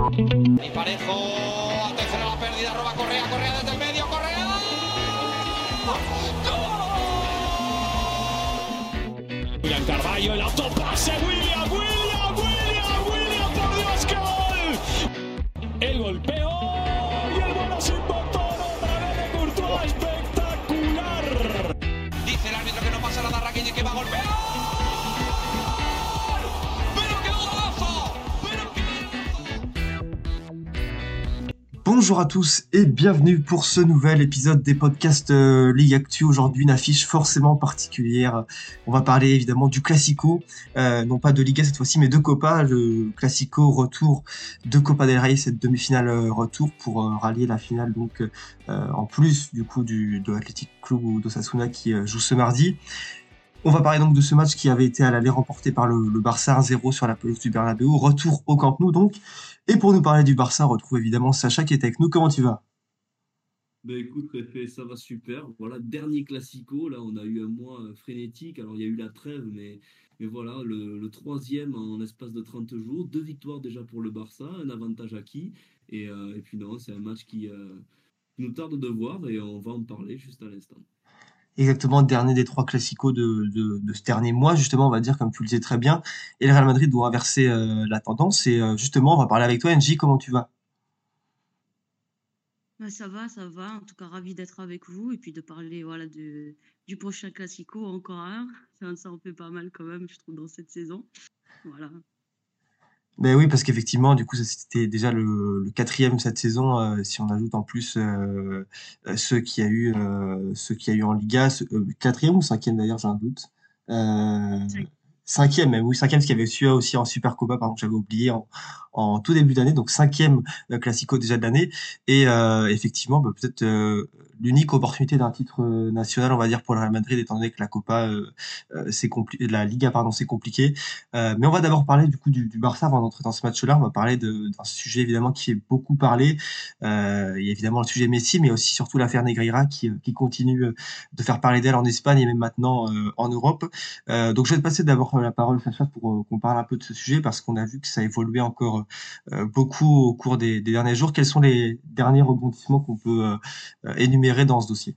Y Parejo, atención a la pérdida, roba Correa, Correa desde el medio, Correa. ¡Gol! William Carvalho, el autopase, William, por Dios, qué gol. El golpeo y el bueno sin motor, otra vez de Courtois, espectacular. Dice el árbitro que no pasa nada, Rakitic que va a golpear. Bonjour à tous et bienvenue pour ce nouvel épisode des podcasts Ligue Actu. Aujourd'hui, une affiche forcément particulière. On va parler évidemment du Classico, non pas de Liga cette fois-ci, mais de Copa. Le Classico retour de Copa del Rey, cette demi-finale retour pour rallier la finale donc en plus du coup de l'Athletic Club d'Osasuna qui joue ce mardi. On va parler donc de ce match qui avait été à l'aller remporté par le Barça 1-0 sur la pelouse du Bernabéu. Retour au Camp Nou donc. Et pour nous parler du Barça, on retrouve évidemment Sacha qui est avec nous. Comment tu vas ? Écoute, Réfé, ça va super. Voilà, dernier Classico. Là, on a eu un mois frénétique. Alors, il y a eu la trêve, mais voilà, le troisième en espace de 30 jours. 2 victoires déjà pour le Barça, un avantage acquis. Et puis non, c'est un match qui nous tarde de voir et on va en parler juste à l'instant. Exactement, dernier des 3 classicos de ce dernier mois, justement, on va dire, comme tu le disais très bien. Et le Real Madrid doit inverser la tendance. Et justement, on va parler avec toi, NJ, comment tu vas ? Ça va, ça va. En tout cas, ravi d'être avec vous et puis de parler du prochain Classico, encore un. Ça en fait pas mal quand même, je trouve, dans cette saison. Voilà. Ben oui, parce qu'effectivement, du coup, ça c'était déjà le 4e cette saison. Si on ajoute en plus ceux qu'il y a eu, en Liga, 4e ou 5e d'ailleurs, j'ai un doute. Euh, C'est- 5e même, oui, 5e, parce qu'il y avait celui aussi en Supercopa, pardon, que j'avais oublié en tout début d'année, donc 5e Classico déjà de l'année. Et effectivement, peut-être l'unique opportunité d'un titre national, on va dire, pour le Real Madrid, étant donné que la Copa, la Liga, pardon, c'est compliqué. Mais on va d'abord parler du coup du Barça avant d'entrer dans ce match-là. On va parler d'un sujet évidemment qui est beaucoup parlé. Il y a évidemment le sujet Messi, mais aussi surtout l'affaire Negreira qui continue de faire parler d'elle en Espagne et même maintenant en Europe. Donc je vais te passer d'abord la parole, Sacha, pour qu'on parle un peu de ce sujet parce qu'on a vu que ça évoluait encore beaucoup au cours des derniers jours. Quels sont les derniers rebondissements qu'on peut énumérer dans ce dossier ?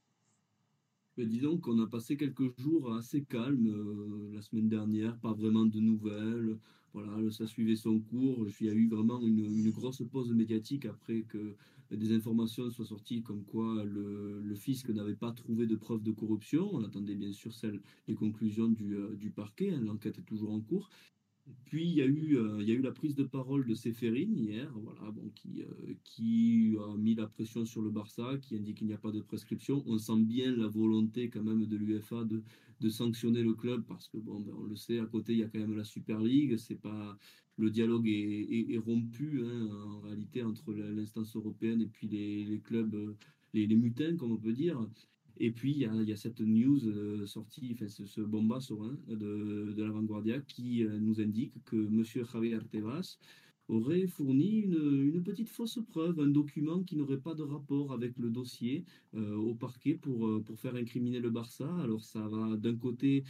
Disons qu'on a passé quelques jours assez calmes la semaine dernière, pas vraiment de nouvelles. Voilà, ça suivait son cours. Il y a eu vraiment une grosse pause médiatique après que des informations soient sorties comme quoi le fisc n'avait pas trouvé de preuves de corruption. On attendait bien sûr les conclusions du parquet, hein, l'enquête est toujours en cours. Puis il y a eu la prise de parole de Ceferin hier, voilà, bon, qui a mis la pression sur le Barça, qui indique qu'il n'y a pas de prescription. On sent bien la volonté quand même de l'UEFA de sanctionner le club parce que bon, on le sait, à côté il y a quand même la Super League, c'est pas le dialogue est rompu hein, en réalité entre l'instance européenne et puis les clubs, les mutins comme on peut dire. Et puis, il y a cette news sortie, enfin, ce bombasso hein, de la Vanguardia qui nous indique que M. Javier Tebas aurait fourni une petite fausse preuve, un document qui n'aurait pas de rapport avec le dossier au parquet pour faire incriminer le Barça. Alors, ça va d'un côté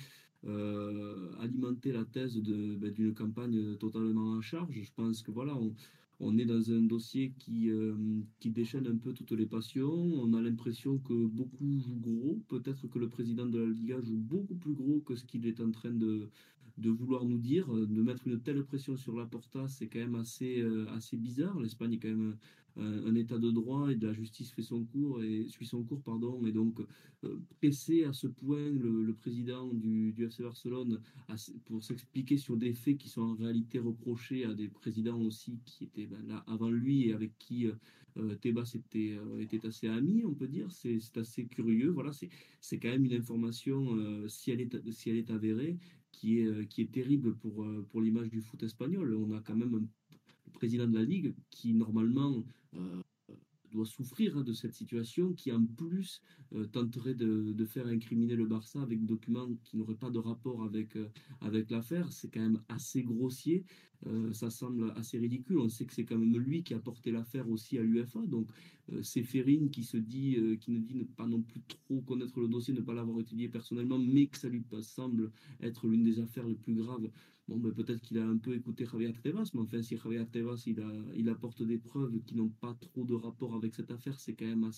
alimenter la thèse d'une campagne totalement à charge. Je pense que voilà, on est dans un dossier qui déchaîne un peu toutes les passions. On a l'impression que beaucoup jouent gros. Peut-être que le président de la Liga joue beaucoup plus gros que ce qu'il est en train de vouloir nous dire. De mettre une telle pression sur la Porta, c'est quand même assez bizarre. L'Espagne est quand même un état de droit et de la justice suit son cours, pardon. Et donc, presser à ce point le président du FC Barcelone pour s'expliquer sur des faits qui sont en réalité reprochés à des présidents aussi qui étaient là avant lui et avec qui Tebas était assez ami, on peut dire. C'est assez curieux. Voilà, c'est quand même une information, si elle est avérée, qui est terrible pour l'image du foot espagnol. On a quand même le président de la Ligue qui, normalement, euh, doit souffrir hein, de cette situation, qui en plus tenterait de faire incriminer le Barça avec des documents qui n'auraient pas de rapport avec l'affaire. C'est quand même assez grossier, ça semble assez ridicule. On sait que c'est quand même lui qui a porté l'affaire aussi à l'UEFA, donc c'est Ferrin qui nous dit ne pas non plus trop connaître le dossier, ne pas l'avoir étudié personnellement, mais que ça lui semble être l'une des affaires les plus graves Bon, ben, peut-être qu'il a un peu écouté Javier Tebas, mais enfin, si Javier Tebas il apporte des preuves qui n'ont pas trop de rapport avec cette affaire, c'est quand même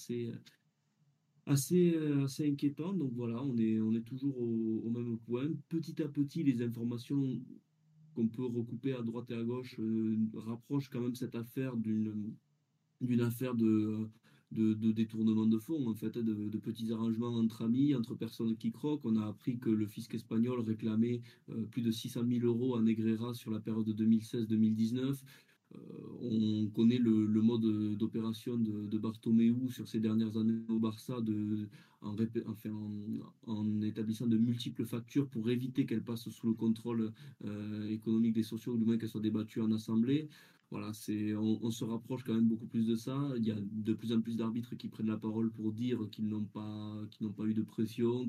assez inquiétant. Donc voilà, on est toujours au même point. Petit à petit, les informations qu'on peut recouper à droite et à gauche rapprochent quand même cette affaire d'une affaire de détournement de fonds, en fait, de petits arrangements entre amis, entre personnes qui croquent. On a appris que le fisc espagnol réclamait plus de 600 000 euros à Negreira sur la période de 2016-2019. Euh, on connaît le mode d'opération de Bartomeu sur ces dernières années au Barça en établissant de multiples factures pour éviter qu'elles passent sous le contrôle économique des sociaux, ou du moins qu'elles soient débattues en assemblée. Voilà, on se rapproche quand même beaucoup plus de ça. Il y a de plus en plus d'arbitres qui prennent la parole pour dire qu'ils n'ont pas eu de pression,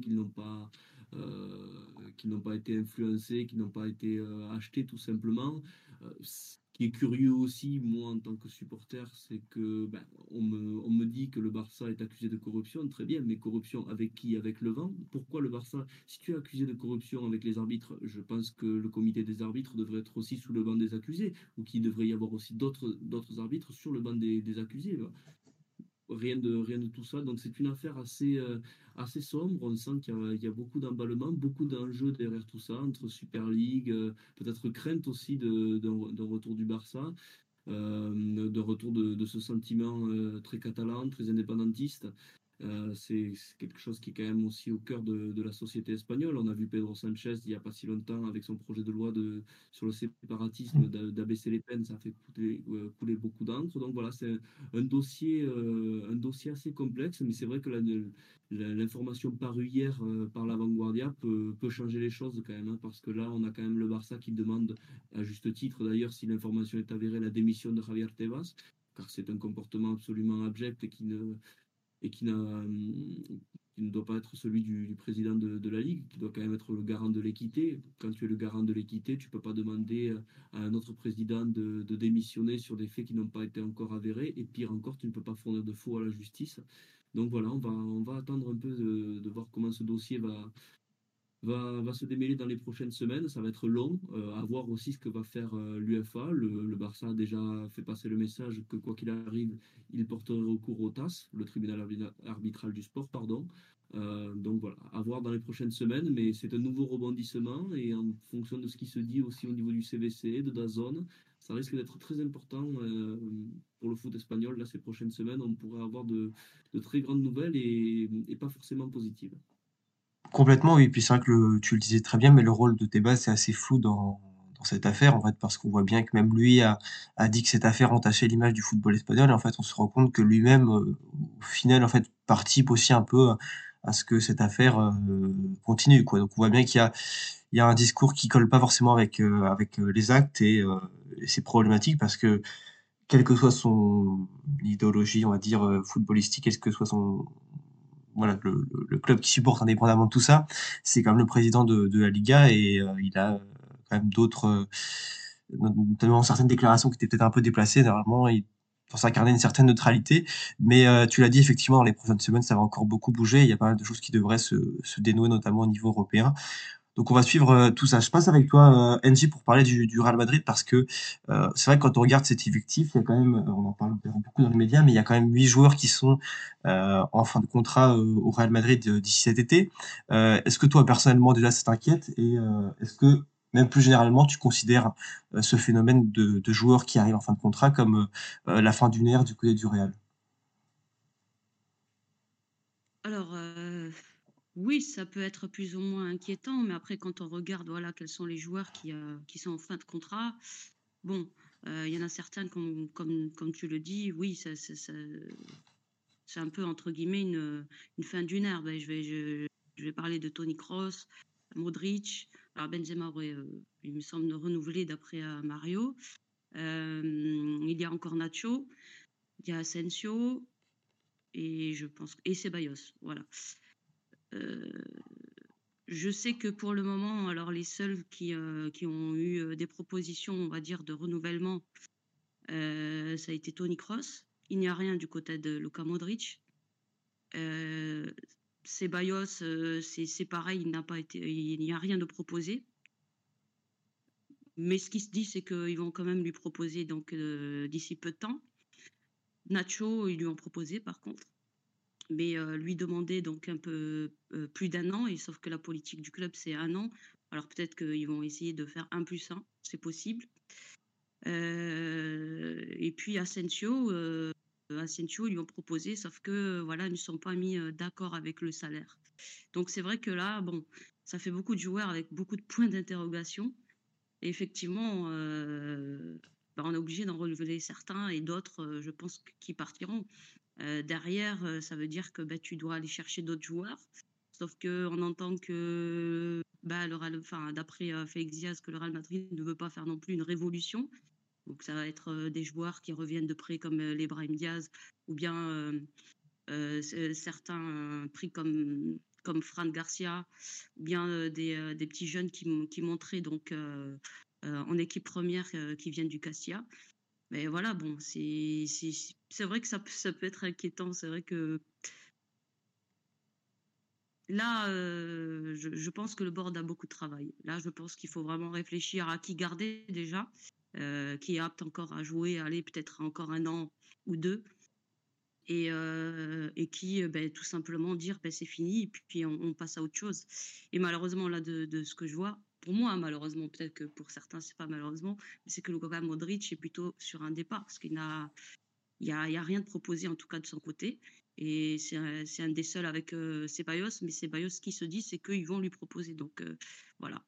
qu'ils n'ont pas été influencés, qu'ils n'ont pas été achetés tout simplement. Ce qui est curieux aussi, moi en tant que supporter, c'est que on me dit que le Barça est accusé de corruption, très bien, mais corruption avec qui? Avec le vent? Pourquoi le Barça? Si tu es accusé de corruption avec les arbitres, je pense que le comité des arbitres devrait être aussi sous le banc des accusés, ou qu'il devrait y avoir aussi d'autres arbitres sur le banc des accusés. Rien de tout ça. Donc c'est une affaire assez sombre. On sent qu'il y a beaucoup d'emballements, beaucoup d'enjeux derrière tout ça, entre Super League, peut-être crainte aussi d'un retour du Barça, d'un retour de ce sentiment très catalan, très indépendantiste. C'est quelque chose qui est quand même aussi au cœur de la société espagnole. On a vu Pedro Sanchez il n'y a pas si longtemps avec son projet de loi sur le séparatisme d'abaisser les peines. Ça a fait couler beaucoup d'encre. Donc voilà, c'est un dossier assez complexe, mais c'est vrai que l'information parue hier par La Vanguardia peut changer les choses quand même, hein, parce que là, on a quand même le Barça qui demande, à juste titre d'ailleurs, si l'information est avérée, la démission de Javier Tebas, car c'est un comportement absolument abject et qui ne doit pas être celui du président de la Ligue, qui doit quand même être le garant de l'équité. Quand tu es le garant de l'équité, tu ne peux pas demander à un autre président de démissionner sur des faits qui n'ont pas été encore avérés. Et pire encore, tu ne peux pas fournir de faux à la justice. Donc voilà, on va attendre un peu de voir comment ce dossier va se démêler dans les prochaines semaines. Ça va être long. À voir aussi ce que va faire l'UEFA. Le Barça a déjà fait passer le message que quoi qu'il arrive, il porterait recours au TAS, le tribunal arbitral du sport, pardon. Donc voilà, à voir dans les prochaines semaines, mais c'est un nouveau rebondissement et en fonction de ce qui se dit aussi au niveau du CVC, de DAZN, ça risque d'être très important pour le foot espagnol. Là, ces prochaines semaines, on pourrait avoir de très grandes nouvelles et pas forcément positives. Complètement, oui. Puis c'est vrai que tu le disais très bien, mais le rôle de Tebas c'est assez flou dans cette affaire, en fait, parce qu'on voit bien que même lui a dit que cette affaire entachait l'image du football espagnol. Et en fait, on se rend compte que lui-même, au final, en fait, participe aussi un peu à ce que cette affaire continue, quoi. Donc on voit bien qu'il y a un discours qui colle pas forcément avec les actes et c'est problématique parce que quelle que soit son idéologie, on va dire, footballistique, quel que soit voilà, le club qui supporte indépendamment de tout ça, c'est quand même le président de la Liga et il a quand même d'autres, notamment certaines déclarations qui étaient peut-être un peu déplacées. Normalement, il pense incarner une certaine neutralité, mais tu l'as dit, effectivement, dans les prochaines semaines, ça va encore beaucoup bouger. Il y a pas mal de choses qui devraient se dénouer, notamment au niveau européen. Donc on va suivre tout ça. Je passe avec toi, Engie, pour parler du Real Madrid parce que c'est vrai que quand on regarde cet effectif, il y a quand même, on en parle beaucoup dans les médias, mais il y a quand même 8 joueurs qui sont en fin de contrat au Real Madrid d'ici cet été. Est-ce que toi personnellement déjà ça t'inquiète et est-ce que même plus généralement tu considères ce phénomène de joueurs qui arrivent en fin de contrat comme la fin d'une ère du côté du Real? Alors, oui, ça peut être plus ou moins inquiétant, mais après, quand on regarde, voilà, quels sont les joueurs qui sont en fin de contrat, bon, il y en a certains, comme tu le dis, oui, c'est un peu, entre guillemets, une fin d'une ère. Ben, je vais parler de Toni Kroos, Modric. Alors, Benzema, ouais, il me semble renouveler d'après Mario. Il y a encore Nacho, il y a Asensio, et je pense, et Ceballos, voilà. Euh, je sais que pour le moment, alors les seuls qui ont eu des propositions, on va dire, de renouvellement, ça a été Toni Kroos. Il n'y a rien du côté de Luka Modric. Euh, Ceballos, c'est pareil, il n'y a rien de proposé. Mais ce qui se dit, c'est qu'ils vont quand même lui proposer donc d'ici peu de temps. Nacho, ils lui ont proposé par contre, mais lui demander donc un peu plus d'un an, et sauf que la politique du club, c'est un an. Alors peut-être qu'ils vont essayer de faire 1+1, c'est possible. Et puis Asensio, ils lui ont proposé, sauf que voilà, ils ne sont pas mis d'accord avec le salaire. Donc c'est vrai que là, bon, ça fait beaucoup de joueurs avec beaucoup de points d'interrogation. Et effectivement, on est obligé d'en relever certains et d'autres, je pense, qui partiront. Derrière, ça veut dire que tu dois aller chercher d'autres joueurs. Sauf qu'on entend que, d'après Félix Diaz, que le Real Madrid ne veut pas faire non plus une révolution. Donc ça va être des joueurs qui reviennent de près comme les Brahim Diaz, ou bien certains pris comme Fran Garcia, ou bien des petits jeunes qui montraient donc en équipe première qui viennent du Castilla. Mais voilà, bon, c'est vrai que ça peut être inquiétant. C'est vrai que là, je pense que le board a beaucoup de travail. Là, je pense qu'il faut vraiment réfléchir à qui garder déjà, qui est apte encore à jouer, aller peut-être encore 1 an ou 2, et qui, tout simplement dire c'est fini, et puis on passe à autre chose. Et malheureusement, là, de ce que je vois, pour moi, malheureusement, peut-être que pour certains, c'est pas malheureusement, mais c'est que Luka Modric est plutôt sur un départ, parce qu'il y a rien de proposé, en tout cas de son côté. Et c'est un des seuls avec Ceballos, mais Ceballos, ce qui se dit, c'est qu'ils vont lui proposer. Donc voilà.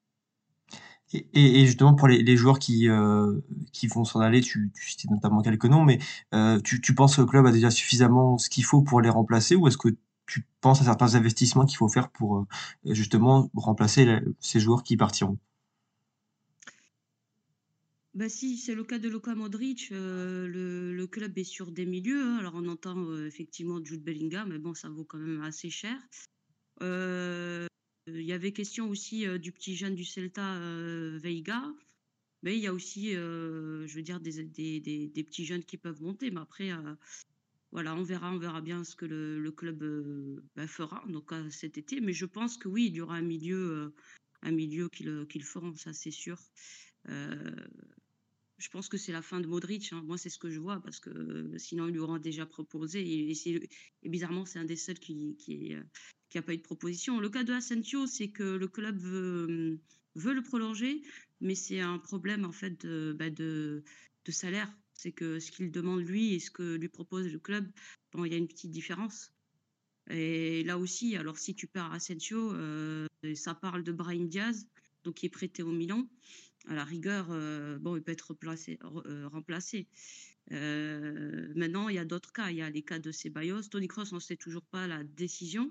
Et justement, pour les joueurs qui vont s'en aller, tu citais notamment quelques noms, mais tu penses que le club a déjà suffisamment ce qu'il faut pour les remplacer, ou est-ce que tu penses à certains investissements qu'il faut faire pour justement remplacer ces joueurs qui partiront? Si c'est le cas de Luka Modric, le club est sur des milieux, hein. Alors on entend effectivement Jude Bellingham, mais bon, ça vaut quand même assez cher. Il y avait question aussi du petit jeune du Celta, Veiga. Mais il y a aussi, je veux dire, des petits jeunes qui peuvent monter. Mais après, voilà, on verra bien ce que le club fera donc, cet été. Mais je pense que oui, il y aura un milieu qui le feront, ça c'est sûr. Je pense que c'est la fin de Modric, hein. Moi, c'est ce que je vois, parce que sinon, ils lui auront déjà proposé. Et bizarrement, c'est un des seuls qui a pas eu de proposition. Le cas de Asensio, c'est que le club veut le prolonger, mais c'est un problème en fait de salaire. C'est que ce qu'il demande lui et ce que lui propose le club, bon, il y a une petite différence. Et là aussi, alors si tu perds Asensio, ça parle de Brahim Diaz, donc qui est prêté au Milan. À la rigueur, il peut être remplacé. Maintenant, il y a d'autres cas. Il y a les cas de Ceballos. Toni Kroos, on ne sait toujours pas la décision.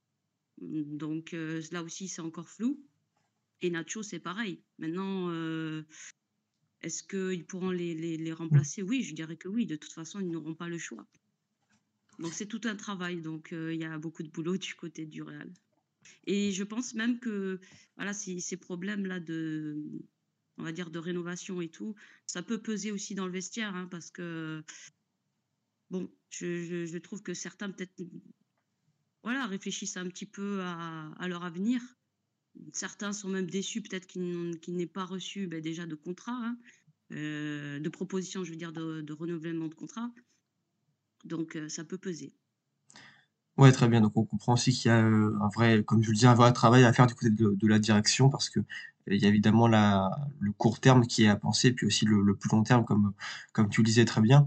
Donc là aussi, c'est encore flou. Et Nacho, c'est pareil. Maintenant, est-ce qu'ils pourront les remplacer? Oui, je dirais que oui. De toute façon, ils n'auront pas le choix. Donc c'est tout un travail. Donc il y a beaucoup de boulot du côté du Real. Et je pense même que voilà, ces problèmes-là on va dire, de rénovation et tout, ça peut peser aussi dans le vestiaire, hein, parce que, bon, je trouve que certains, peut-être, voilà, réfléchissent un petit peu à leur avenir. Certains sont même déçus, peut-être qu'ils n'aient pas reçu déjà de contrat, hein, de proposition, je veux dire, de renouvellement de contrat. Donc, ça peut peser. Ouais, très bien. Donc on comprend aussi qu'il y a un vrai, comme je le dis, un vrai travail à faire du côté de la direction, parce que il y a évidemment le court terme qui est à penser, puis aussi le plus long terme, comme tu le disais très bien.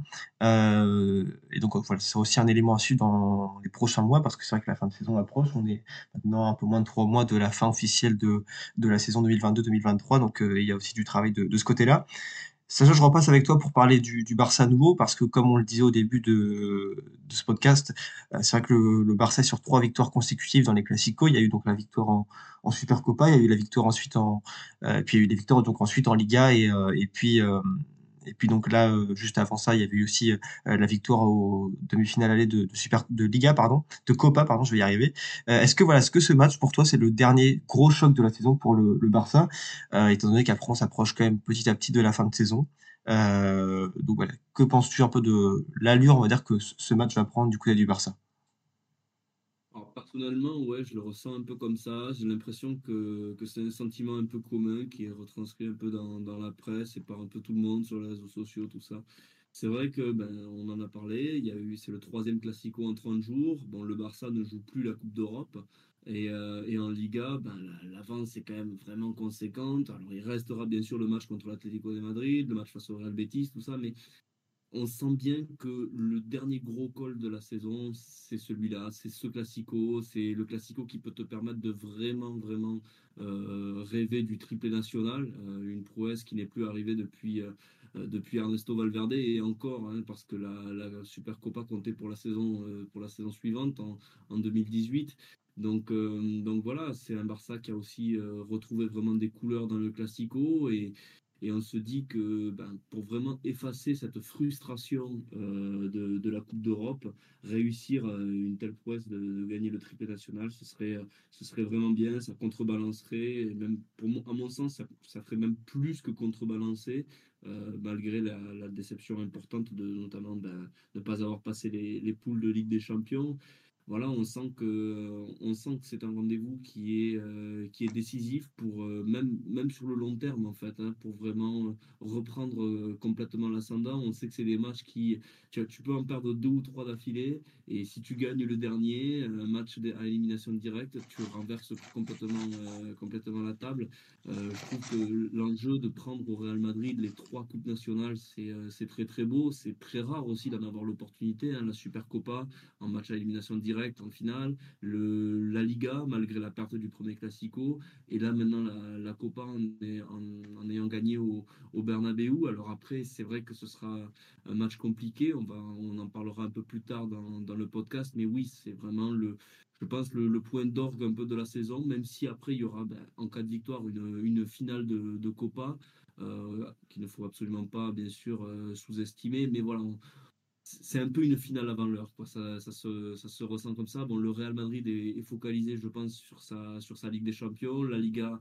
Et donc voilà, c'est aussi un élément à suivre dans les prochains mois, parce que c'est vrai que la fin de saison approche. On est maintenant un peu moins de 3 mois de la fin officielle de la saison 2022-2023. Donc il y a aussi du travail de ce côté-là. Sacha, je repasse avec toi pour parler du Barça nouveau, parce que comme on le disait au début de ce podcast, c'est vrai que le Barça est sur 3 victoires consécutives dans les Clasico. Il y a eu donc la victoire en Supercopa, il y a eu la victoire ensuite puis il y a eu des victoires donc ensuite en Liga, et puis donc là, juste avant ça, il y avait eu aussi la victoire aux demi-finales aller de Liga, pardon, de Copa, pardon, je vais y arriver. Est-ce que ce match pour toi c'est le dernier gros choc de la saison pour le Barça, étant donné qu'après on s'approche quand même petit à petit de la fin de saison. Donc voilà, que penses-tu un peu de l'allure, on va dire, que ce match va prendre du côté du Barça? Alors, Personnellement, ouais, je le ressens un peu comme ça. J'ai l'impression que c'est un sentiment un peu commun qui est retranscrit un peu dans la presse et par un peu tout le monde sur les réseaux sociaux, tout ça. C'est vrai que ben, on en a parlé. C'est le troisième Classico en 30 jours. Bon, le Barça ne joue plus la Coupe d'Europe. Et en Liga, ben, l'avance est quand même vraiment conséquente. Alors, il restera bien sûr le match contre l'Atlético de Madrid, le match face au Real Betis, tout ça, mais on sent bien que le dernier gros call de la saison, c'est celui-là, c'est ce classico, c'est le classico qui peut te permettre de vraiment, vraiment rêver du triplé national, une prouesse qui n'est plus arrivée depuis Ernesto Valverde et encore, hein, parce que la Supercopa comptait pour la saison suivante en 2018. Donc voilà, c'est un Barça qui a aussi retrouvé vraiment des couleurs dans le classico et on se dit que ben, pour vraiment effacer cette frustration de la Coupe d'Europe, réussir une telle prouesse de gagner le triplé national, ce serait vraiment bien, ça contrebalancerait, et même à mon sens, ça ferait même plus que contrebalancer, malgré la déception importante de notamment ben, ne pas avoir passé les poules de Ligue des Champions. Voilà, on sent que c'est un rendez-vous qui est décisif pour même sur le long terme en fait, hein, pour vraiment reprendre complètement l'ascendant. On sait que c'est des matchs tu peux en perdre deux ou trois d'affilée et si tu gagnes le dernier, un match à élimination directe, tu renverses complètement la table. Je trouve que l'enjeu de prendre au Real Madrid les trois coupes nationales, c'est très très beau, c'est très rare aussi d'en avoir l'opportunité, hein, la Supercopa en match à élimination directe en finale, la Liga malgré la perte du premier Classico, et là maintenant la Copa en ayant gagné au Bernabeu. Alors après, c'est vrai que ce sera un match compliqué, on en parlera un peu plus tard dans le podcast, mais oui, c'est vraiment je pense le point d'orgue un peu de la saison, même si après il y aura ben, en cas de victoire une finale de Copa. Qu'il ne faut absolument pas, bien sûr, sous-estimer. Mais voilà, c'est un peu une finale avant l'heure, quoi. Ça se ressent comme ça. Bon, le Real Madrid est focalisé, je pense, sur sa Ligue des Champions. La Liga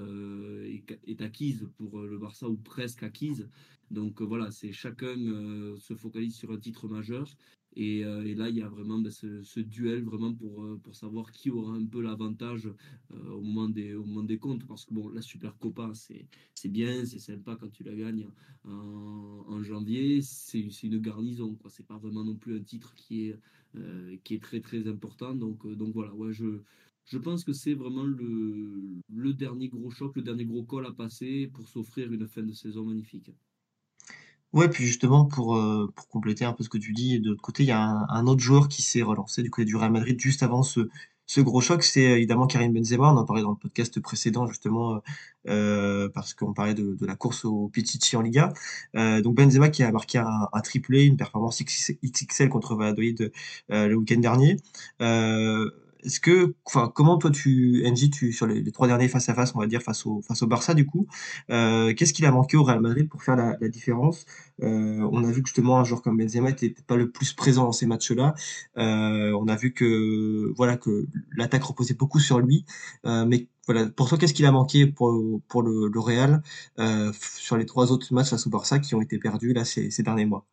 est acquise pour le Barça, ou presque acquise. Donc voilà, c'est chacun se focalise sur un titre majeur. Et là, il y a vraiment ben, ce duel vraiment pour savoir qui aura un peu l'avantage au moment des comptes. Parce que bon, la Super Copa, c'est bien, c'est sympa quand tu la gagnes en janvier, c'est une garnison, quoi. C'est pas vraiment non plus un titre qui est très très important. Donc voilà, ouais, je pense que c'est vraiment le dernier gros choc, le dernier gros col à passer pour s'offrir une fin de saison magnifique. Ouais, puis justement pour compléter un peu ce que tu dis, de l'autre côté, il y a un autre joueur qui s'est relancé du côté du Real Madrid juste avant ce gros choc, c'est évidemment Karim Benzema. On en parlait dans le podcast précédent justement, parce qu'on parlait de la course au Pichichi en Liga. Donc Benzema qui a marqué un triplé, une performance XXL contre Valladolid, le week-end dernier. Est-ce que enfin, comment toi NJ, sur les 3 derniers face à face, on va dire face au Barça du coup, qu'est-ce qu'il a manqué au Real Madrid pour faire la différence? On a vu que justement un joueur comme Benzema était peut-être pas le plus présent dans ces matchs-là. On a vu que voilà que l'attaque reposait beaucoup sur lui. Mais voilà, pour toi, qu'est-ce qu'il a manqué pour le Real sur les trois autres matchs face au Barça qui ont été perdus là ces derniers mois?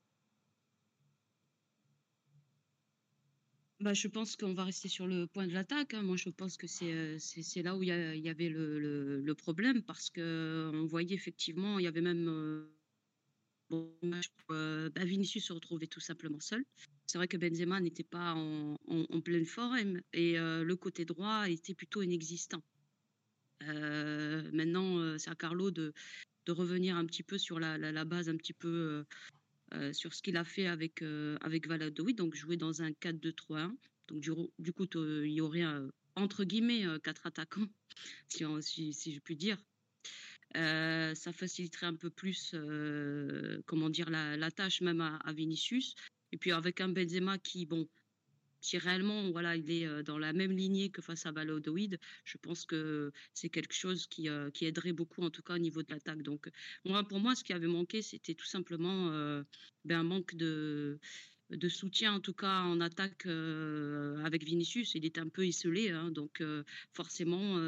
Bah, je pense qu'on va rester sur le point de l'attaque, hein. Moi, je pense que c'est là où il y avait le problème parce qu'on voyait effectivement, il y avait même bon match où bah, Vinicius se retrouvait tout simplement seul. C'est vrai que Benzema n'était pas en pleine forme et le côté droit était plutôt inexistant. Maintenant, c'est à Carlo de revenir un petit peu sur la base, un petit peu sur ce qu'il a fait avec Valladolid, donc jouer dans un 4-2-3-1. Donc du coup, il y aurait entre guillemets quatre attaquants, si je puis dire. Ça faciliterait un peu plus, comment dire, la tâche même à Vinicius. Et puis avec un Benzema qui, bon, si réellement, voilà, il est dans la même lignée que face à Valladolid, je pense que c'est quelque chose qui aiderait beaucoup, en tout cas au niveau de l'attaque. Donc, pour moi, ce qui avait manqué, c'était tout simplement ben, un manque de soutien, en tout cas en attaque avec Vinicius. Il était un peu isolé, hein, donc forcément,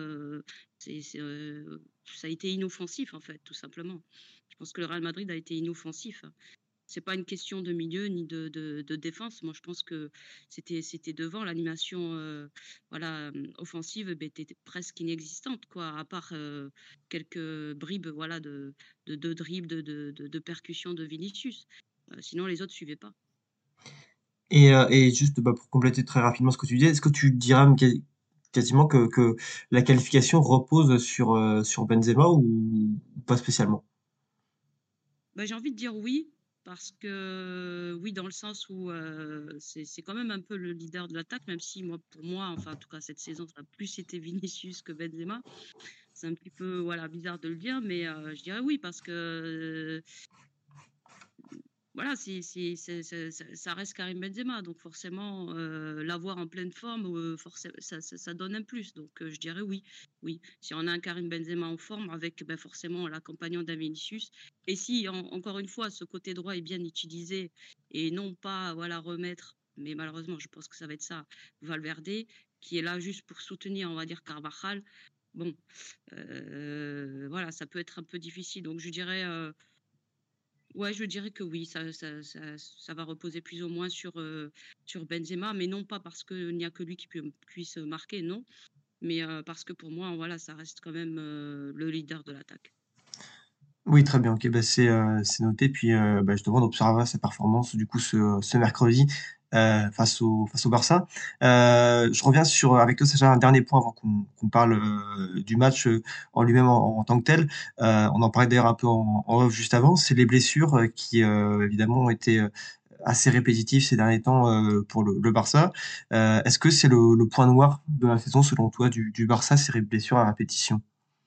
ça a été inoffensif, en fait, tout simplement. Je pense que le Real Madrid a été inoffensif. c'est pas une question de milieu ni de défense. Moi, je pense que c'était devant l'animation, voilà, offensive, beh, était presque inexistante, quoi, à part, quelques bribes, voilà, de dribbles, de percussions de Vinicius. Sinon les autres suivaient pas. Et juste pour compléter très rapidement ce que tu disais, est-ce que tu dirais même quasiment que la qualification repose sur Benzema ou pas spécialement? Bah, j'ai envie de dire oui, parce que oui, dans le sens où, c'est quand même un peu le leader de l'attaque, même si moi, pour moi, enfin, en tout cas cette saison, ça a plus été Vinicius que Benzema. C'est un petit peu, voilà, bizarre de le dire, mais je dirais oui parce que, voilà, ça reste Karim Benzema, donc forcément, l'avoir en pleine forme, ça donne un plus, donc je dirais oui, oui. Si on a un Karim Benzema en forme avec, bah, forcément l'accompagnant d'un Vinicius et si encore une fois ce côté droit est bien utilisé et non pas, voilà, remettre, mais malheureusement je pense que ça va être ça, Valverde qui est là juste pour soutenir, on va dire Carvajal. Bon, voilà, ça peut être un peu difficile, donc je dirais, ouais, je dirais que oui, ça va reposer plus ou moins sur Benzema, mais non pas parce qu'il n'y a que lui qui puisse marquer, non, mais parce que pour moi, voilà, ça reste quand même, le leader de l'attaque. Oui, très bien, OK, bah, c'est noté. Puis, je demande d'observer sa performance du coup ce mercredi, face au Barça. Je reviens avec toi Sacha, un dernier point avant qu'on parle, du match, en lui-même en tant que tel. On en parlait d'ailleurs un peu en off juste avant, c'est les blessures, qui, évidemment ont été, assez répétitives ces derniers temps, pour le Barça. Est-ce que c'est le point noir de la saison selon toi du Barça, ces blessures à répétition?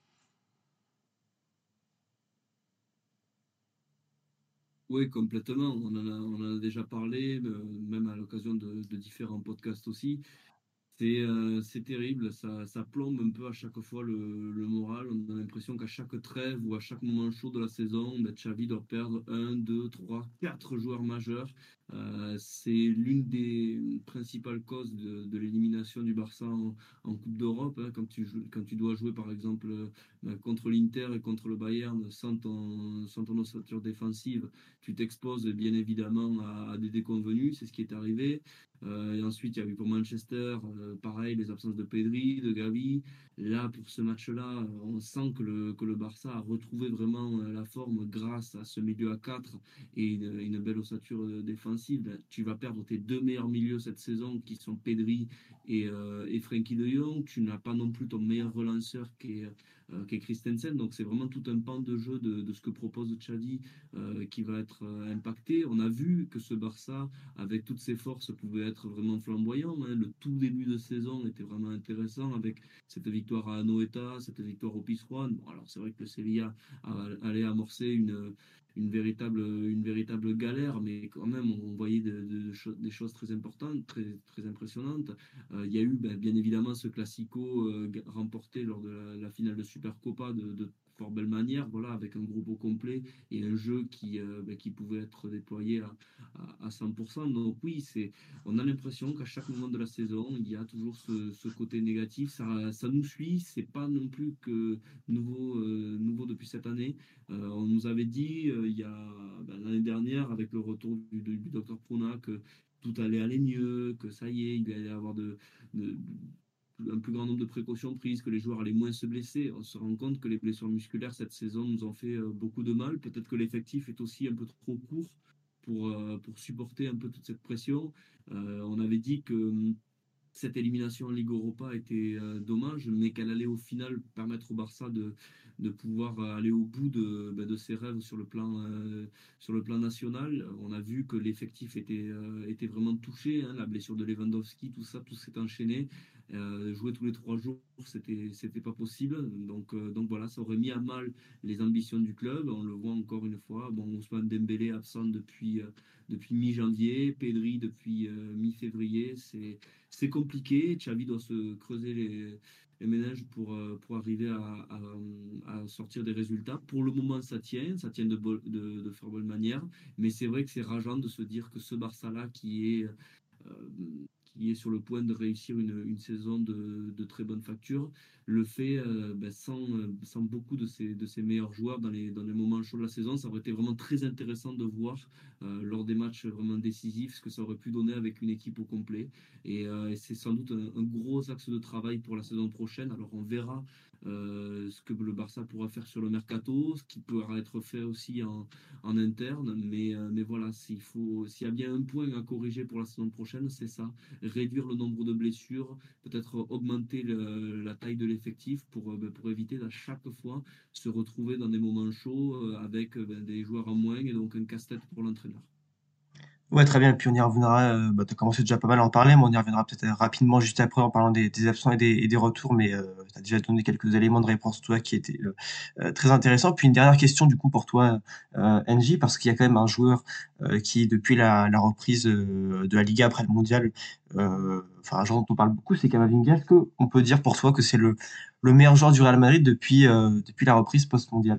Oui, complètement. On en a déjà parlé, même à l'occasion de différents podcasts aussi. C'est terrible, ça plombe un peu à chaque fois le moral. On a l'impression qu'à chaque trêve ou à chaque moment chaud de la saison, ben, Xavi doit perdre un, deux, trois, quatre joueurs majeurs. C'est l'une des principales causes de l'élimination du Barça en Coupe d'Europe, hein. Quand tu dois jouer par exemple ben, contre l'Inter et contre le Bayern sans ton ossature défensive, tu t'exposes bien évidemment à des déconvenus. C'est ce qui est arrivé. Et ensuite, il y a eu pour Manchester, pareil, les absences de Pedri, de Gavi. Là, pour ce match-là, on sent que le Barça a retrouvé vraiment la forme grâce à ce milieu à 4 et une belle ossature défensive. Ben, tu vas perdre tes deux meilleurs milieux cette saison, qui sont Pedri et Frenkie de Jong. Tu n'as pas non plus ton meilleur relanceur qui est Christensen. Donc, c'est vraiment tout un pan de jeu de ce que propose Xavi qui va être impacté. On a vu que ce Barça, avec toutes ses forces, pouvait être vraiment flamboyant, hein. Le tout début de saison était vraiment intéressant avec cette victoire à Anoeta, cette victoire au Pizjuán. Bon, alors c'est vrai que le Sevilla allait amorcer une véritable galère, mais quand même on voyait des choses très importantes, très, très impressionnantes. Il y a eu bien évidemment ce classico remporté lors de la finale de Supercopa de fort belle manière, voilà, avec un groupe au complet et un jeu qui pouvait être déployé à 100%. Donc oui, on a l'impression qu'à chaque moment de la saison, il y a toujours ce côté négatif. Ça nous suit, c'est pas non plus que nouveau depuis cette année. On nous avait dit il y a l'année dernière, avec le retour du docteur Pruna, que tout allait aller mieux, que ça y est, il allait y avoir de- un plus grand nombre de précautions prises, que les joueurs allaient moins se blesser. On se rend compte que les blessures musculaires cette saison nous ont fait beaucoup de mal. Peut-être que l'effectif est aussi un peu trop court pour supporter un peu toute cette pression. On avait dit que cette élimination en Ligue Europa était dommage, mais qu'elle allait au final permettre au Barça de pouvoir aller au bout de ses rêves sur le plan national. On a vu que l'effectif était vraiment touché, hein, la blessure de Lewandowski, tout ça, tout s'est enchaîné. Jouer tous les 3 jours, c'était pas possible. Donc voilà, ça aurait mis à mal les ambitions du club. On le voit encore une fois. Bon, Ousmane Dembélé absent depuis mi-janvier, Pedri depuis mi-février. C'est compliqué. Xavi doit se creuser les méninges pour arriver à sortir des résultats. Pour le moment, ça tient de faire bonne manière, mais c'est vrai que c'est rageant de se dire que ce Barça-là, qui qui est sur le point de réussir une saison de très bonne facture, le fait sans beaucoup de ses meilleurs joueurs dans les moments chauds de la saison. Ça aurait été vraiment très intéressant de voir lors des matchs vraiment décisifs ce que ça aurait pu donner avec une équipe au complet. Et c'est sans doute un gros axe de travail pour la saison prochaine. Alors on verra ce que le Barça pourra faire sur le mercato, ce qui pourra être fait aussi en interne. Mais voilà, s'il y a bien un point à corriger pour la saison prochaine, c'est ça. Réduire le nombre de blessures, peut-être augmenter la taille de l'effectif pour éviter à chaque fois se retrouver dans des moments chauds avec des joueurs en moins et donc un casse-tête pour l'entraîneur. Ouais, très bien. Et puis on y reviendra. Tu as commencé déjà pas mal à en parler, mais on y reviendra peut-être rapidement juste après en parlant des absents et des retours. Mais tu as déjà donné quelques éléments de réponse, toi, qui étaient très intéressants. Puis une dernière question, du coup, pour toi, NJ, parce qu'il y a quand même un joueur qui, depuis la reprise de la Liga après le mondial, enfin, un joueur dont on parle beaucoup, c'est Camavinga. Est-ce qu'on peut dire pour toi que c'est le meilleur joueur du Real Madrid depuis la reprise post-mondiale?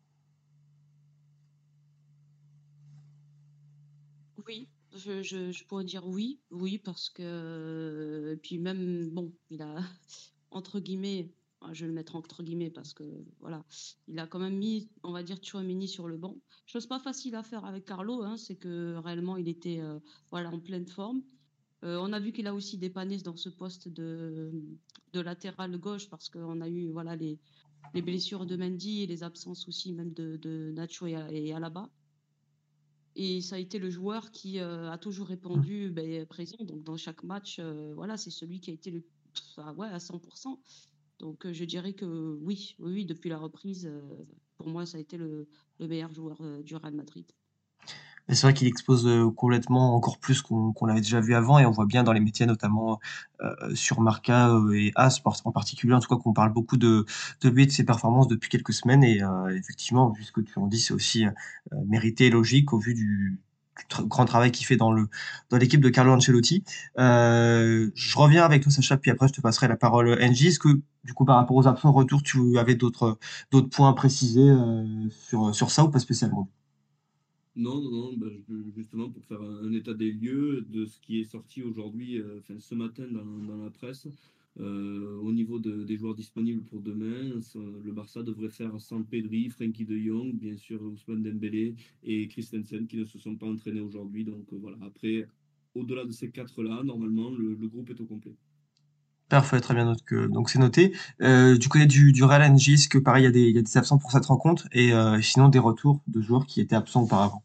Oui, je pourrais dire oui, oui, parce que, et puis même, bon, il a, entre guillemets, je vais le mettre entre guillemets parce que, voilà, il a quand même mis, on va dire, Tchouaméni sur le banc. Chose pas facile à faire avec Carlo, hein, c'est que réellement, il était, voilà, en pleine forme. On a vu qu'il a aussi dépanné dans ce poste de latéral gauche parce qu'on a eu, voilà, les blessures de Mendy et les absences aussi même de Nacho et Alaba. Et ça a été le joueur qui a toujours répondu présent. Donc, dans chaque match, voilà, c'est celui qui a été ouais, à 100%. Donc, je dirais que oui, oui, oui, depuis la reprise, pour moi, ça a été le meilleur joueur du Real Madrid. Mais c'est vrai qu'il expose complètement encore plus qu'on l'avait déjà vu avant et on voit bien dans les métiers notamment sur Marca et As en particulier en tout cas qu'on parle beaucoup de lui et de ses performances depuis quelques semaines et effectivement vu ce que tu en dis c'est aussi mérité et logique au vu du grand travail qu'il fait dans l'équipe de Carlo Ancelotti. Je reviens avec toi Sacha puis après je te passerai la parole NJ. Est-ce que du coup par rapport aux absents retour tu avais d'autres points à préciser sur ça ou pas spécialement? Non, non, non, justement pour faire un état des lieux de ce qui est sorti aujourd'hui, enfin ce matin dans la presse, au niveau des joueurs disponibles pour demain, le Barça devrait faire sans Pedri, Frenkie de Jong, bien sûr Ousmane Dembélé et Christensen qui ne se sont pas entraînés aujourd'hui. Donc voilà, après, au-delà de ces quatre-là, normalement, le groupe est au complet. Parfait, très bien, donc c'est noté. Du côté du Real NJ, est-ce que pareil, il y a des absents pour cette rencontre et sinon des retours de joueurs qui étaient absents auparavant?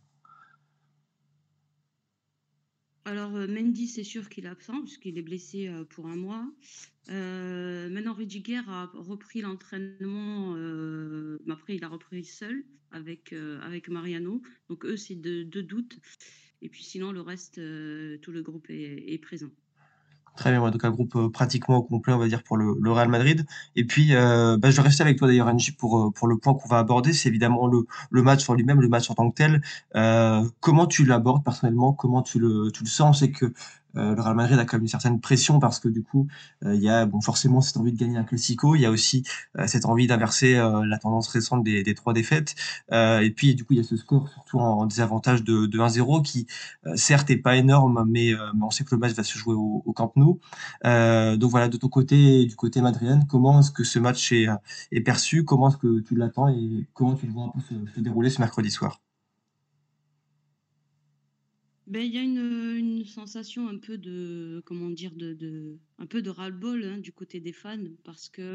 Alors, Mendy, c'est sûr qu'il est absent puisqu'il est blessé pour un mois. Maintenant, Rudiger a repris l'entraînement, mais après, il a repris seul avec Mariano. Donc, eux, c'est deux doutes. Et puis, sinon, le reste, tout le groupe est présent. Très bien, ouais, donc un groupe pratiquement au complet, on va dire, pour le Real Madrid. Et puis, je vais rester avec toi d'ailleurs, Angie, pour le point qu'on va aborder. C'est évidemment le match en lui-même, le match en tant que tel. Comment tu l'abordes personnellement? Comment tu le sens? C'est que le Real Madrid a quand même une certaine pression parce que du coup, il y a bon, forcément cette envie de gagner un Classico. Il y a aussi cette envie d'inverser la tendance récente des trois défaites. Et puis, du coup, il y a ce score, surtout en désavantage de 1-0 qui, certes, est pas énorme, mais on sait que le match va se jouer au Camp Nou. Donc voilà, de ton côté, du côté madrilène, comment est-ce que ce match est perçu? Comment est-ce que tu l'attends et comment tu le vois un peu se dérouler ce mercredi soir? Il y a une sensation un peu de, comment dire, un peu de ras-le-bol hein, du côté des fans parce que,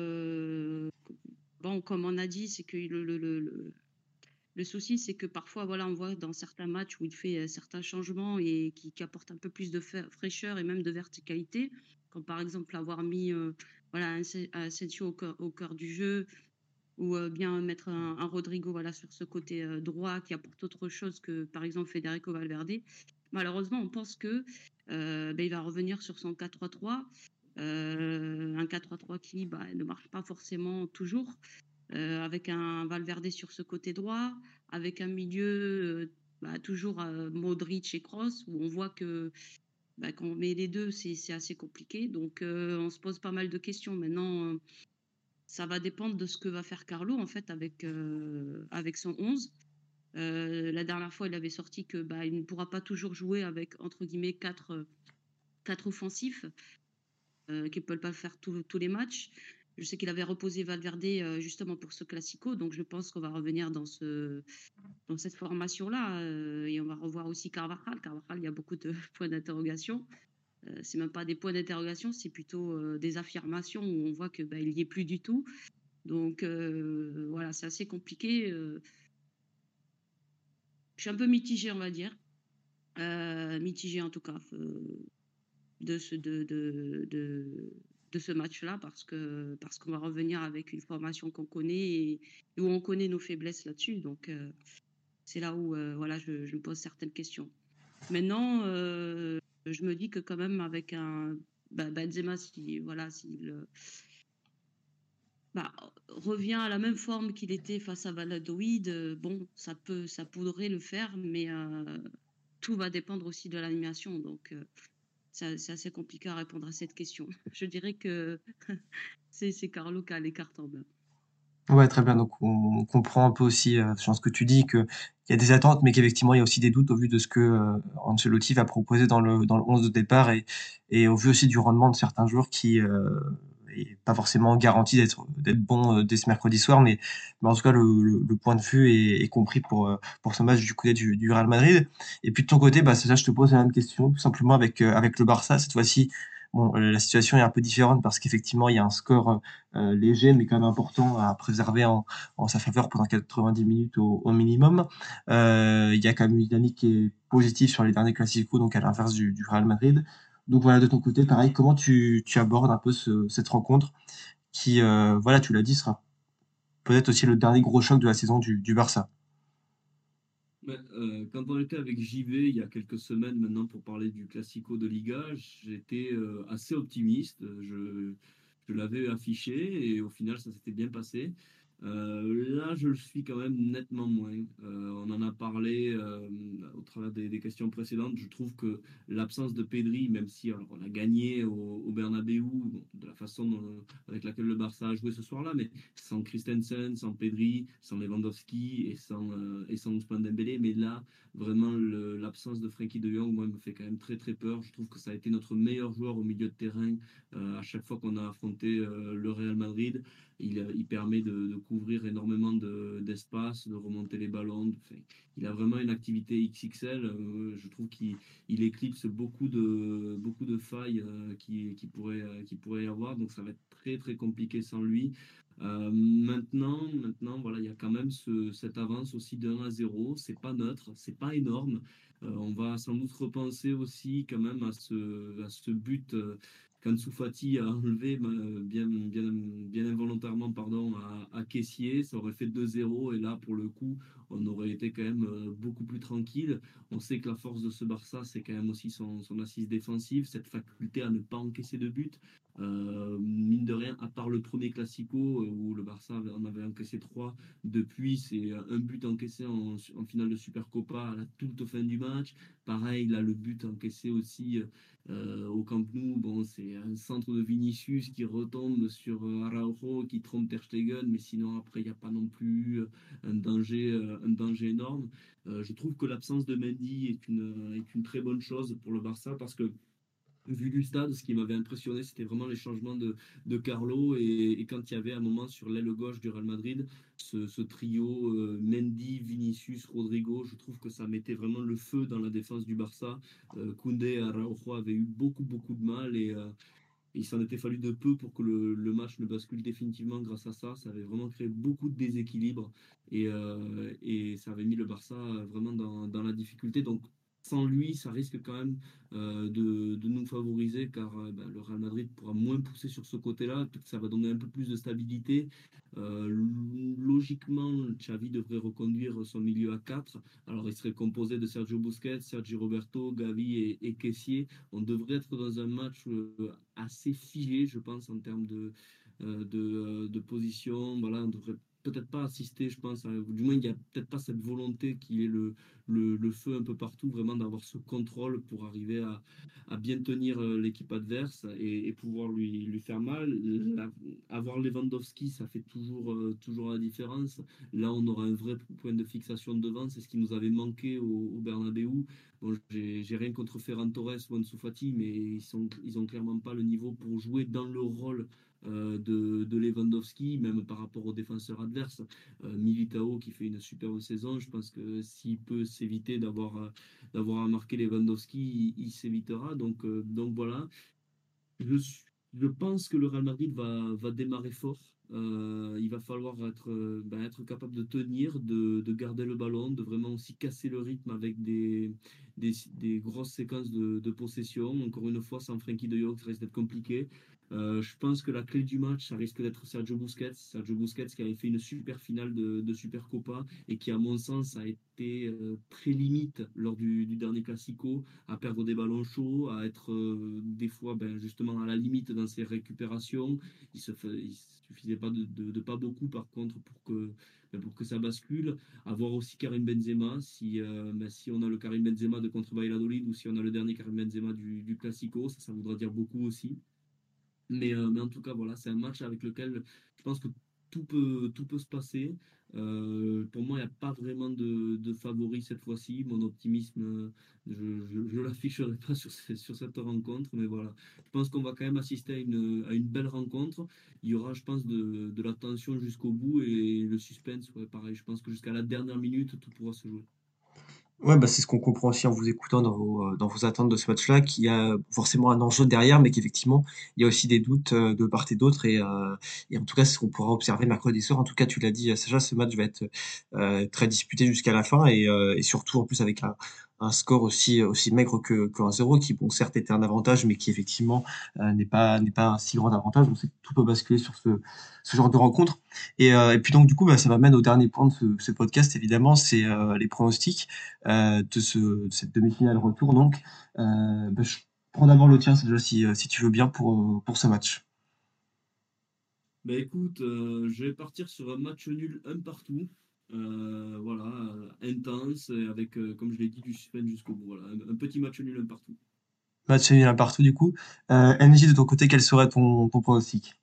bon, comme on a dit, c'est que le souci, c'est que parfois, voilà, on voit dans certains matchs où il fait certains changements et qui apportent un peu plus de fraîcheur et même de verticalité, comme par exemple avoir mis voilà, un Asensio au cœur du jeu ou bien mettre un Rodrigo voilà, sur ce côté droit qui apporte autre chose que par exemple Federico Valverde. Malheureusement, on pense que il va revenir sur son 4-3-3, un 4-3-3 qui ne marche pas forcément toujours avec un Valverde sur ce côté droit, avec un milieu toujours Modric et Kroos, où on voit que quand on met les deux, c'est assez compliqué. Donc, on se pose pas mal de questions. Maintenant, ça va dépendre de ce que va faire Carlo, en fait, avec son 11. La dernière fois, il avait sorti que il ne pourra pas toujours jouer avec, entre guillemets, 4 offensifs qui ne peuvent pas faire tous les matchs. Je sais qu'il avait reposé Valverde justement pour ce Classico, donc je pense qu'on va revenir dans cette formation-là et on va revoir aussi Carvajal. Carvajal, il y a beaucoup de points d'interrogation. C'est même pas des points d'interrogation, c'est plutôt des affirmations où on voit que il n'y est plus du tout. Donc voilà, c'est assez compliqué. Je suis un peu mitigée, on va dire. Mitigée en tout cas de ce match-là parce qu'on va revenir avec une formation qu'on connaît et où on connaît nos faiblesses là-dessus. Donc c'est là où voilà, je me pose certaines questions. Maintenant, je me dis que quand même avec un Benzema, s'il revient à la même forme qu'il était face à Valladolid, bon, ça pourrait le faire, mais tout va dépendre aussi de l'animation. Donc c'est assez compliqué à répondre à cette question. Je dirais que c'est Carlo qui a les cartes en main. Ouais, très bien. Donc, on comprend un peu aussi, je pense que tu dis qu'il y a des attentes, mais qu'effectivement, il y a aussi des doutes au vu de ce que Ancelotti va proposer dans le 11 de départ et au vu aussi du rendement de certains joueurs qui est pas forcément garanti d'être bon dès ce mercredi soir, mais en tout cas, le point de vue est compris pour ce match du côté du Real Madrid. Et puis de ton côté, c'est ça, je te pose la même question, tout simplement avec le Barça. Cette fois-ci, bon, la situation est un peu différente parce qu'effectivement, il y a un score léger, mais quand même important à préserver en sa faveur pendant 90 minutes au minimum. Il y a quand même une dynamique qui est positive sur les derniers Clasico, donc à l'inverse du Real Madrid. Donc voilà, de ton côté, pareil, comment tu abordes un peu cette rencontre qui, voilà, tu l'as dit, sera peut-être aussi le dernier gros choc de la saison du Barça. Quand on était avec JV il y a quelques semaines maintenant pour parler du Classico de Liga, j'étais assez optimiste. Je l'avais affiché et au final ça s'était bien passé. Là, je le suis quand même nettement moins. On en a parlé au travers des questions précédentes. Je trouve que l'absence de Pedri, même si alors, on a gagné au Bernabéu, bon, de la façon avec laquelle le Barça a joué ce soir-là, mais sans Christensen, sans Pedri, sans Lewandowski et sans Ousmane Dembélé. Mais là, vraiment, l'absence de Frenkie de Jong, moi, me fait quand même très très peur. Je trouve que ça a été notre meilleur joueur au milieu de terrain à chaque fois qu'on a affronté le Real Madrid. Il permet de couvrir énormément d'espace, de remonter les ballons. Enfin, il a vraiment une activité XXL. Je trouve qu'il éclipse beaucoup de failles qui pourrait y avoir. Donc ça va être très très compliqué sans lui. Maintenant, voilà, il y a quand même cette avance aussi de 1-0. C'est pas neutre, c'est pas énorme. On va sans doute repenser aussi quand même à ce but qu'Ansu Fati a enlevé bien involontairement pardon, à Kessié. Ça aurait fait 2-0 et là, pour le coup, on aurait été quand même beaucoup plus tranquille. On sait que la force de ce Barça, c'est quand même aussi son assise défensive, cette faculté à ne pas encaisser de but. Mine de rien, à part le premier Classico où le Barça en avait encaissé 3, depuis c'est un but encaissé en finale de Supercopa à la toute fin du match. Pareil, là le but encaissé aussi au Camp Nou, bon, c'est un centre de Vinicius qui retombe sur Araujo qui trompe Ter Stegen, mais sinon après il n'y a pas non plus un danger énorme. Je trouve que l'absence de Mendy est une très bonne chose pour le Barça parce que vu du stade, ce qui m'avait impressionné, c'était vraiment les changements de Carlo et quand il y avait un moment sur l'aile gauche du Real Madrid, ce trio Mendy, Vinicius, Rodrigo, je trouve que ça mettait vraiment le feu dans la défense du Barça. Koundé et Araujo avaient eu beaucoup de mal et il s'en était fallu de peu pour que le match ne bascule définitivement grâce à ça. Ça avait vraiment créé beaucoup de déséquilibre et ça avait mis le Barça vraiment dans la difficulté. Donc, sans lui, ça risque quand même de nous favoriser car le Real Madrid pourra moins pousser sur ce côté-là. Peut-être que ça va donner un peu plus de stabilité. Logiquement, Xavi devrait reconduire son milieu à 4. Alors, il serait composé de Sergio Busquets, Sergi Roberto, Gavi et Kessié. On devrait être dans un match assez figé, je pense, en termes de position. Voilà, on devrait peut-être pas assisté, je pense, du moins il n'y a peut-être pas cette volonté qu'il y ait le feu un peu partout, vraiment d'avoir ce contrôle pour arriver à bien tenir l'équipe adverse et pouvoir lui faire mal. Avoir Lewandowski, ça fait toujours la différence. Là, on aura un vrai point de fixation devant, c'est ce qui nous avait manqué au Bernabeu. Bon, j'ai rien contre Ferran Torres ou Ansu Fati, mais ils ont clairement pas le niveau pour jouer dans le rôle de Lewandowski, même par rapport aux défenseurs adverses. Militao qui fait une superbe saison, je pense que s'il peut s'éviter d'avoir à marquer Lewandowski, il s'évitera. Donc voilà, je, je pense que le Real Madrid va démarrer fort. Il va falloir être capable de tenir, de garder le ballon, de vraiment aussi casser le rythme avec des grosses séquences de possession. Encore une fois, sans Frenkie de Jong, ça risque d'être compliqué. Je pense que la clé du match, ça risque d'être Sergio Busquets. Sergio Busquets qui avait fait une super finale de Supercopa et qui, à mon sens, a été très limite lors du dernier Classico, à perdre des ballons chauds, à être des fois justement à la limite dans ses récupérations. Il suffisait pas de pas beaucoup par contre pour que ça bascule. Avoir aussi Karim Benzema, si on a le Karim Benzema de contre Valladolid ou si on a le dernier Karim Benzema du Classico, ça voudra dire beaucoup aussi. Mais en tout cas, voilà, c'est un match avec lequel je pense que tout peut se passer. Pour moi, il n'y a pas vraiment de favori cette fois-ci. Mon optimisme, je l'afficherai pas sur cette rencontre, mais voilà. Je pense qu'on va quand même assister à une belle rencontre. Il y aura, je pense, de la tension jusqu'au bout et le suspense, ouais, pareil. Je pense que jusqu'à la dernière minute, tout pourra se jouer. Ouais, bah, c'est ce qu'on comprend aussi en vous écoutant dans vos attentes de ce match-là, qu'il y a forcément un enjeu derrière, mais qu'effectivement, il y a aussi des doutes de part et d'autre. Et en tout cas, c'est ce qu'on pourra observer mercredi soir. En tout cas, tu l'as dit, Sacha, ce match va être très disputé jusqu'à la fin et surtout en plus avec un score aussi maigre que 1-0, qui, bon, certes, était un avantage, mais qui effectivement n'est pas un si grand avantage. On sait que tout peut basculer sur ce genre de rencontre. Et puis donc, du coup, bah, ça m'amène au dernier point de ce podcast, évidemment, c'est les pronostics de cette demi-finale retour. Donc, bah, je prends d'abord le tien, déjà, si tu veux bien, pour ce match. Bah écoute, je vais partir sur un match nul un partout. Voilà, intense, et avec, comme je l'ai dit, du suspense jusqu'au bout. Voilà, un petit match nul un partout. Match nul un partout, du coup. NJ, de ton côté, quel serait ton pronostic?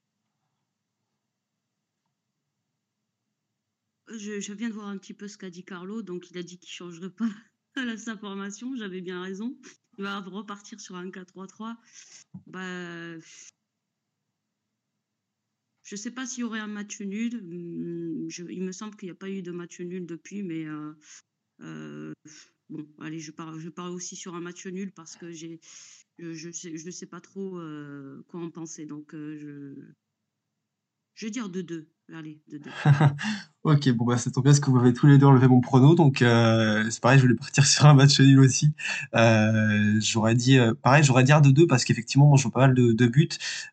Je viens de voir un petit peu ce qu'a dit Carlo, donc il a dit qu'il ne changerait pas sa formation, j'avais bien raison. Il va repartir sur un 4-3-3. Bah, je ne sais pas s'il y aurait un match nul. Il me semble qu'il n'y a pas eu de match nul depuis, mais bon, allez, je pars aussi sur un match nul parce que je sais pas trop quoi en penser. Donc, je vais dire 2-2. Allez, 2-2. Ok, bon bah ça tombe bien parce que vous m'avez tous les deux enlevé mon prono, donc c'est pareil, je voulais partir sur un match nul aussi. J'aurais dit pareil, j'aurais dit un 2-2 parce qu'effectivement, moi je vois pas mal de buts,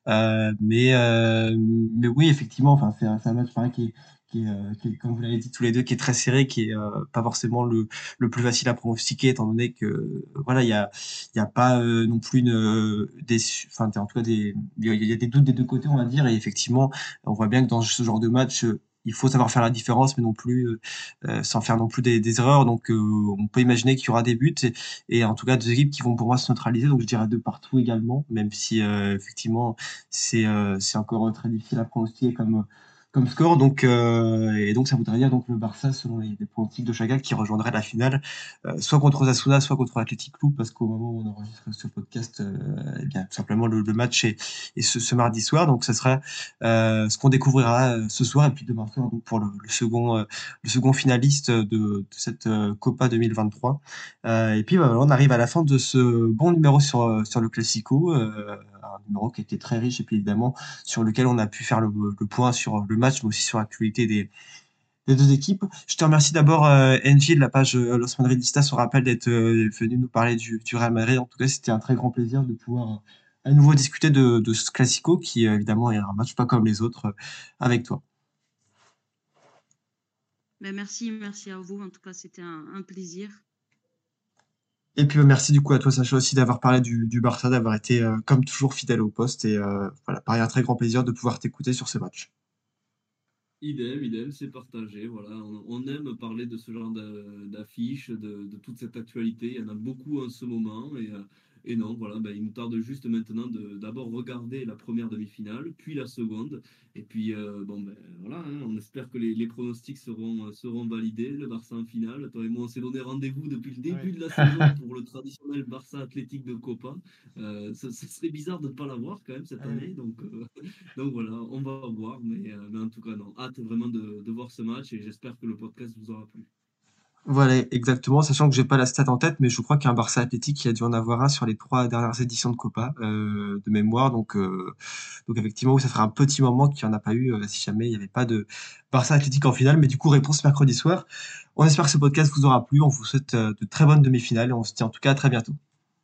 mais oui, effectivement, enfin c'est un match pareil comme vous l'avez dit tous les deux, qui est très serré, qui est pas forcément le plus facile à pronostiquer, étant donné que voilà, il y a pas non plus enfin en tout cas il y a des doutes des deux côtés, on va dire, et effectivement, on voit bien que dans ce genre de match il faut savoir faire la différence, mais non plus sans faire non plus des erreurs. Donc, on peut imaginer qu'il y aura des buts et en tout cas deux équipes qui vont pour moi se neutraliser. Donc, je dirais deux partout également, même si effectivement c'est encore très difficile à pronostiquer comme score. Donc ça voudrait dire donc le Barça, selon les pronostics de chacun, qui rejoindrait la finale, soit contre Osasuna, soit contre l'Athletic Club, parce qu'au moment où on enregistre ce podcast, eh bien tout simplement le match est ce mardi soir. Donc ça sera ce qu'on découvrira ce soir et puis demain soir donc pour le second finaliste de cette Copa 2023. Et puis voilà, on arrive à la fin de ce bon numéro sur le Classico, un numéro qui était très riche et puis évidemment sur lequel on a pu faire le point sur le match, mais aussi sur l'actualité des deux équipes. Je te remercie d'abord, NJ, de la page Los Madridistas, on rappelle d'être venu nous parler du Real Madrid. En tout cas, c'était un très grand plaisir de pouvoir à nouveau discuter de ce Classico qui, évidemment, est un match pas comme les autres avec toi. Ben, merci à vous. En tout cas, c'était un plaisir. Et puis merci du coup à toi, Sacha, aussi d'avoir parlé du Barça, d'avoir été comme toujours fidèle au poste. Et voilà, pareil, un très grand plaisir de pouvoir t'écouter sur ce match. Idem, c'est partagé. Voilà, on aime parler de ce genre d'affiches, de toute cette actualité. Il y en a beaucoup en ce moment. Et non, voilà, ben, il nous tarde juste maintenant d'abord regarder la première demi-finale, puis la seconde. Et puis, bon, ben, voilà, hein, on espère que les pronostics seront validés. Le Barça en finale. Toi et moi, on s'est donné rendez-vous depuis le Ouais. début de la saison pour le traditionnel Barça Athletic de Copa. Ce serait bizarre de ne pas l'avoir quand même cette Ah année. oui. Donc voilà, on va voir, mais en tout cas, non, hâte vraiment de voir ce match et j'espère que le podcast vous aura plu. Voilà, exactement, sachant que j'ai pas la stat en tête, mais je crois qu'un Barça Athletic, il a dû en avoir un sur les 3 dernières éditions de Copa, de mémoire. Donc effectivement, oui, ça fera un petit moment qu'il y en a pas eu, si jamais il y avait pas de Barça Athletic en finale. Mais du coup, réponse mercredi soir. On espère que ce podcast vous aura plu. On vous souhaite de très bonnes demi-finales et on se dit en tout cas à très bientôt.